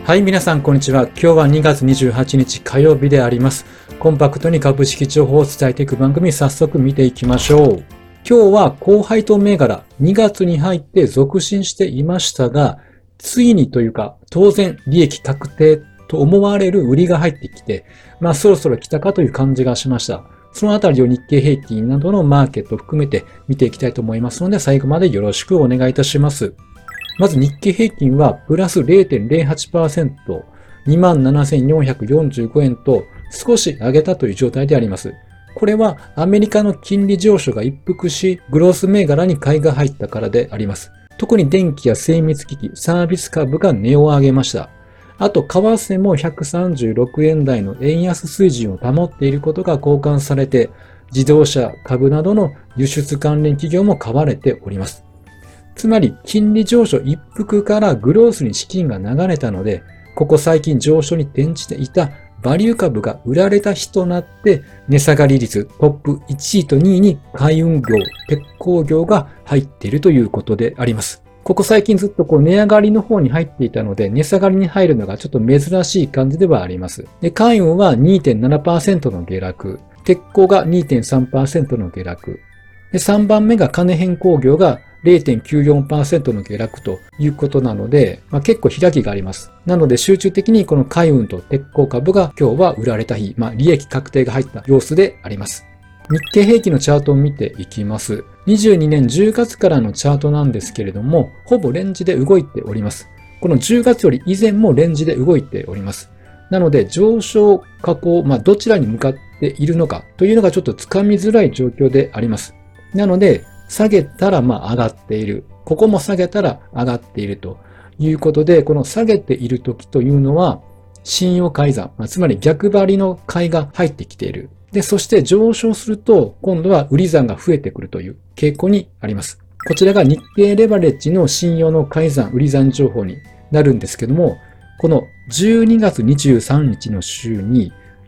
はい、皆さんこんにちは。今日は2月28日火曜日であります。コンパクトに株式情報を伝えていく番組、早速見ていきましょう。今日は高配当銘柄、2月に入って続伸していましたが、ついにというか、当然利益確定と思われる売りが入ってきて、そろそろ来たかという感じがしました。そのあたりを日経平均などのマーケットを含めて見ていきたいと思いますので、最後までよろしくお願いいたします。まず日経平均はプラス 0.08%、27,445 円と少し上げたという状態であります。これはアメリカの金利上昇が一服し、グロース銘柄に買いが入ったからであります。特に電気や精密機器、サービス株が値を上げました。あと、為替も136円台の円安水準を保っていることが交換されて、自動車、株などの輸出関連企業も買われております。つまり、金利上昇一服からグロースに資金が流れたので、ここ最近上昇に転じていたバリュー株が売られた日となって、値下がり率トップ1位と2位に海運業、鉄鋼業が入っているということであります。ここ最近ずっと値上がりの方に入っていたので、値下がりに入るのがちょっと珍しい感じではあります。で、海運は 2.7% の下落、鉄鋼が 2.3% の下落、で、3番目が金変工業が0.94% の下落ということなので、結構開きがあります。なので集中的にこの海運と鉄鋼株が今日は売られた日、利益確定が入った様子であります。日経平均のチャートを見ていきます。22年10月からのチャートなんですけれども、ほぼレンジで動いております。この10月より以前もレンジで動いております。なので上昇、下降、どちらに向かっているのかというのがちょっとつかみづらい状況であります。なので、下げたら上がっている。ここも下げたら上がっているということで、この下げている時というのは、信用改ざん、つまり逆張りの買いが入ってきている。で、そして上昇すると、今度は売り算が増えてくるという傾向にあります。こちらが日経レバレッジの信用の改ざん、売り算情報になるんですけども、この12月23日の週に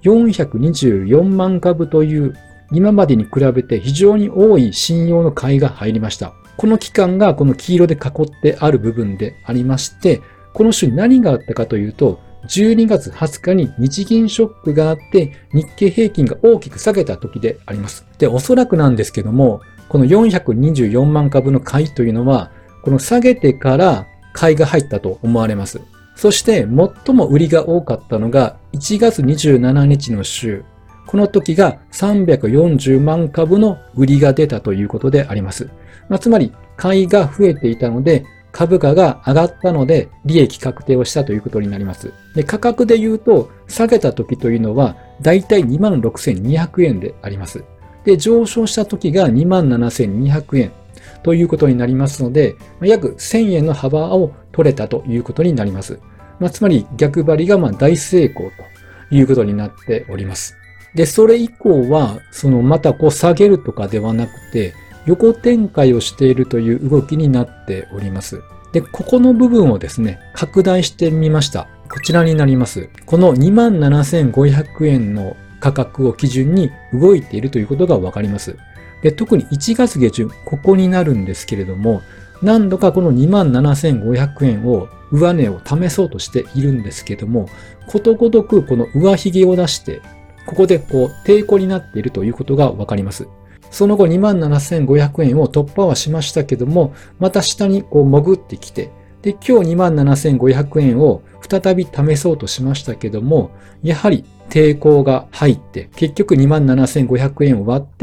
424万株という今までに比べて非常に多い信用の買いが入りました。この期間がこの黄色で囲ってある部分でありまして、この週に何があったかというと、12月20日に日銀ショックがあって日経平均が大きく下げた時であります。で、おそらくなんですけども、この424万株の買いというのは、この下げてから買いが入ったと思われます。そして最も売りが多かったのが1月27日の週。この時が340万株の売りが出たということであります。つまり、買いが増えていたので、株価が上がったので、利益確定をしたということになります。で、価格で言うと、下げた時というのは、だいたい 26,200 円であります。で、上昇した時が 27,200 円ということになりますので、約1000円の幅を取れたということになります。つまり、逆張りが大成功ということになっております。で、それ以降は、また下げるとかではなくて、横展開をしているという動きになっております。で、ここの部分をですね、拡大してみました。こちらになります。この 27,500 円の価格を基準に動いているということがわかります。で、特に1月下旬、ここになるんですけれども、何度かこの 27,500 円を上値を試そうとしているんですけども、ことごとくこの上髭を出して、ここで抵抗になっているということがわかります。その後 27,500 円を突破はしましたけども、また下に潜ってきて、で、今日 27,500 円を再び試そうとしましたけども、やはり抵抗が入って、結局 27,500 円を割って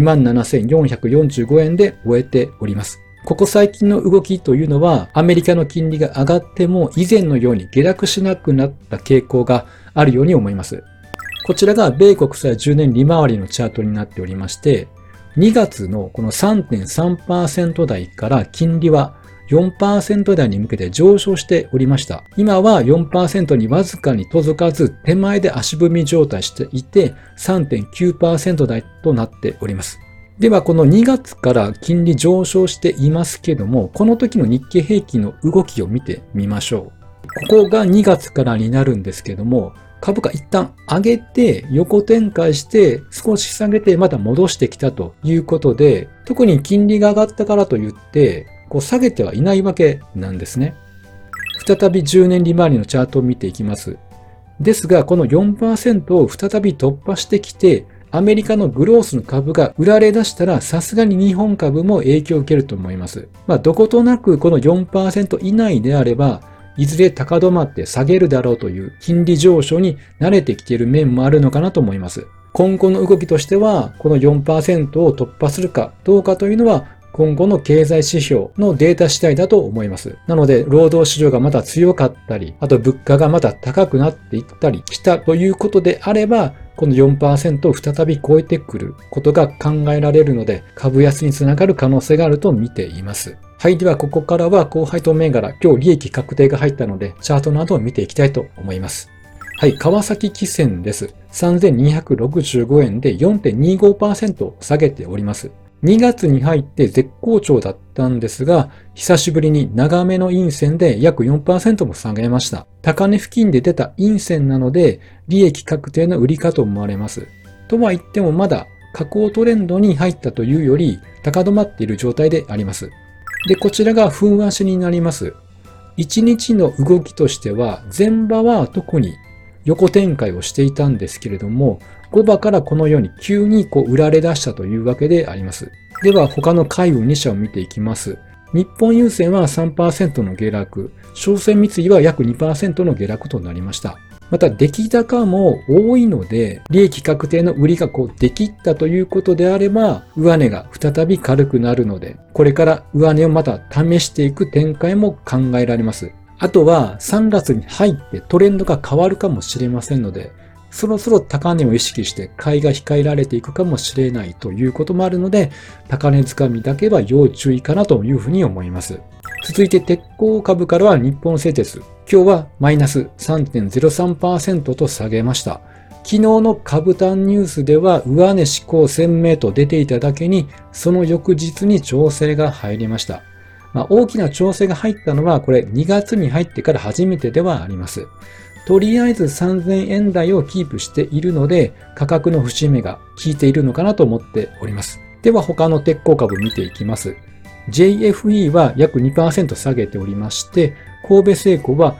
27,445 円で終えております。ここ最近の動きというのは、アメリカの金利が上がっても以前のように下落しなくなった傾向があるように思います。こちらが米国債10年利回りのチャートになっておりまして、2月のこの 3.3% 台から金利は 4% 台に向けて上昇しておりました。今は 4% にわずかに届かず手前で足踏み状態していて 3.9% 台となっております。ではこの2月から金利上昇していますけども、この時の日経平均の動きを見てみましょう。ここが2月からになるんですけども、株価一旦上げて横展開して少し下げてまた戻してきたということで、特に金利が上がったからといって下げてはいないわけなんですね。 再び10年利回りのチャートを見ていきます。ですが、この 4% を再び突破してきて、アメリカのグロースの株が売られ出したら、さすがに日本株も影響を受けると思います。どことなくこの 4% 以内であれば、いずれ高止まって下げるだろうという金利上昇に慣れてきている面もあるのかなと思います。今後の動きとしては、この 4% を突破するかどうかというのは、今後の経済指標のデータ次第だと思います。なので、労働市場がまた強かったり、あと物価がまた高くなっていったりしたということであれば、この 4% を再び超えてくることが考えられるので、株安につながる可能性があると見ています。はい。では、ここからは高配当銘柄、今日利益確定が入ったので、チャートなどを見ていきたいと思います。はい。川崎汽船です。3265円で 4.25% 下げております。2月に入って絶好調だったんですが、久しぶりに長めの陰線で約 4% も下げました。高値付近で出た陰線なので、利益確定の売りかと思われます。とは言ってもまだ下降トレンドに入ったというより、高止まっている状態であります。で、こちらが分足になります。1日の動きとしては、前場は特に横展開をしていたんですけれども、5場からこのように急に売られ出したというわけであります。では他の海運2社を見ていきます。日本郵船は 3% の下落、商船三井は約 2% の下落となりました。また出来高も多いので、利益確定の売りができったということであれば、上値が再び軽くなるので、これから上値をまた試していく展開も考えられます。あとは3月に入ってトレンドが変わるかもしれませんので、そろそろ高値を意識して買いが控えられていくかもしれないということもあるので、高値掴みだけは要注意かなというふうに思います。続いて鉄鋼株からは日本製鉄。今日はマイナス 3.03% と下げました。昨日の株単ニュースでは上値志向鮮明と出ていただけに、その翌日に調整が入りました。大きな調整が入ったのはこれ2月に入ってから初めてではあります。とりあえず3000円台をキープしているので、価格の節目が効いているのかなと思っております。では他の鉄鋼株見ていきます。JFE は約 2% 下げておりまして、神戸製鋼は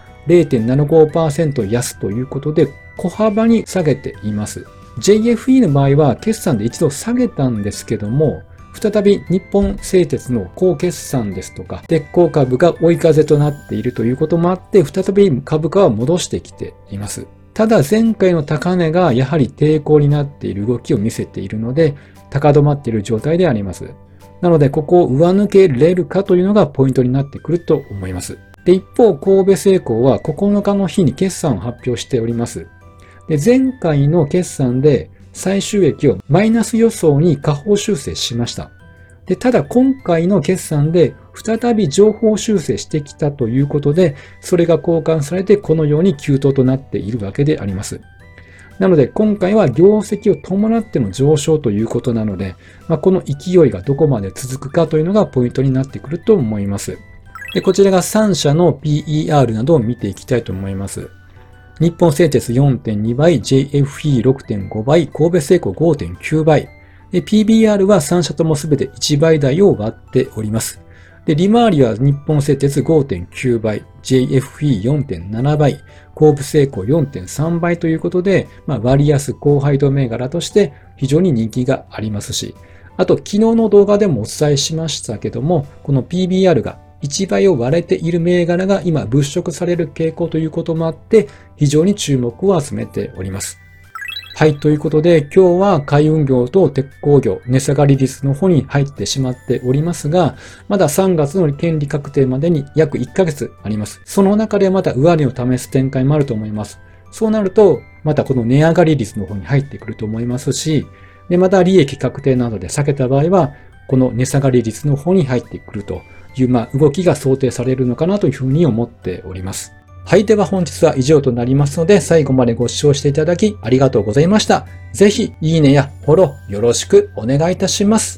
0.75% 安ということで小幅に下げています。JFE の場合は決算で一度下げたんですけども、再び日本製鉄の高決算ですとか、鉄鋼株が追い風となっているということもあって、再び株価は戻してきています。ただ前回の高値がやはり抵抗になっている動きを見せているので、高止まっている状態であります。なので、ここを上抜けれるかというのがポイントになってくると思います。で、一方、神戸製鋼は9日の日に決算を発表しております。で、前回の決算で、最終益をマイナス予想に下方修正しました。で、ただ今回の決算で再び上方修正してきたということで、それが交換されてこのように急騰となっているわけであります。なので今回は業績を伴っての上昇ということなので、この勢いがどこまで続くかというのがポイントになってくると思います。で、こちらが3社の PER などを見ていきたいと思います。日本製鉄 4.2 倍、JFE6.5 倍、神戸製鋼 5.9 倍。で、PBR は3社ともすべて1倍台を割っております。で、利回りは日本製鉄 5.9 倍、JFE4.7 倍、神戸製鋼 4.3 倍ということで、割安高配当銘柄として非常に人気がありますし、あと昨日の動画でもお伝えしましたけども、この PBR が1倍を割れている銘柄が今物色される傾向ということもあって非常に注目を集めております。はい。ということで今日は海運業と鉄鋼業値下がり率の方に入ってしまっておりますが、まだ3月の権利確定までに約1ヶ月あります。その中でまた上値を試す展開もあると思います。そうなるとまたこの値上がり率の方に入ってくると思いますし、でまた利益確定などで避けた場合はこの値下がり率の方に入ってくるという動きが想定されるのかなというふうに思っております。はい。では本日は以上となりますので、最後までご視聴していただきありがとうございました。ぜひいいねやフォローよろしくお願いいたします。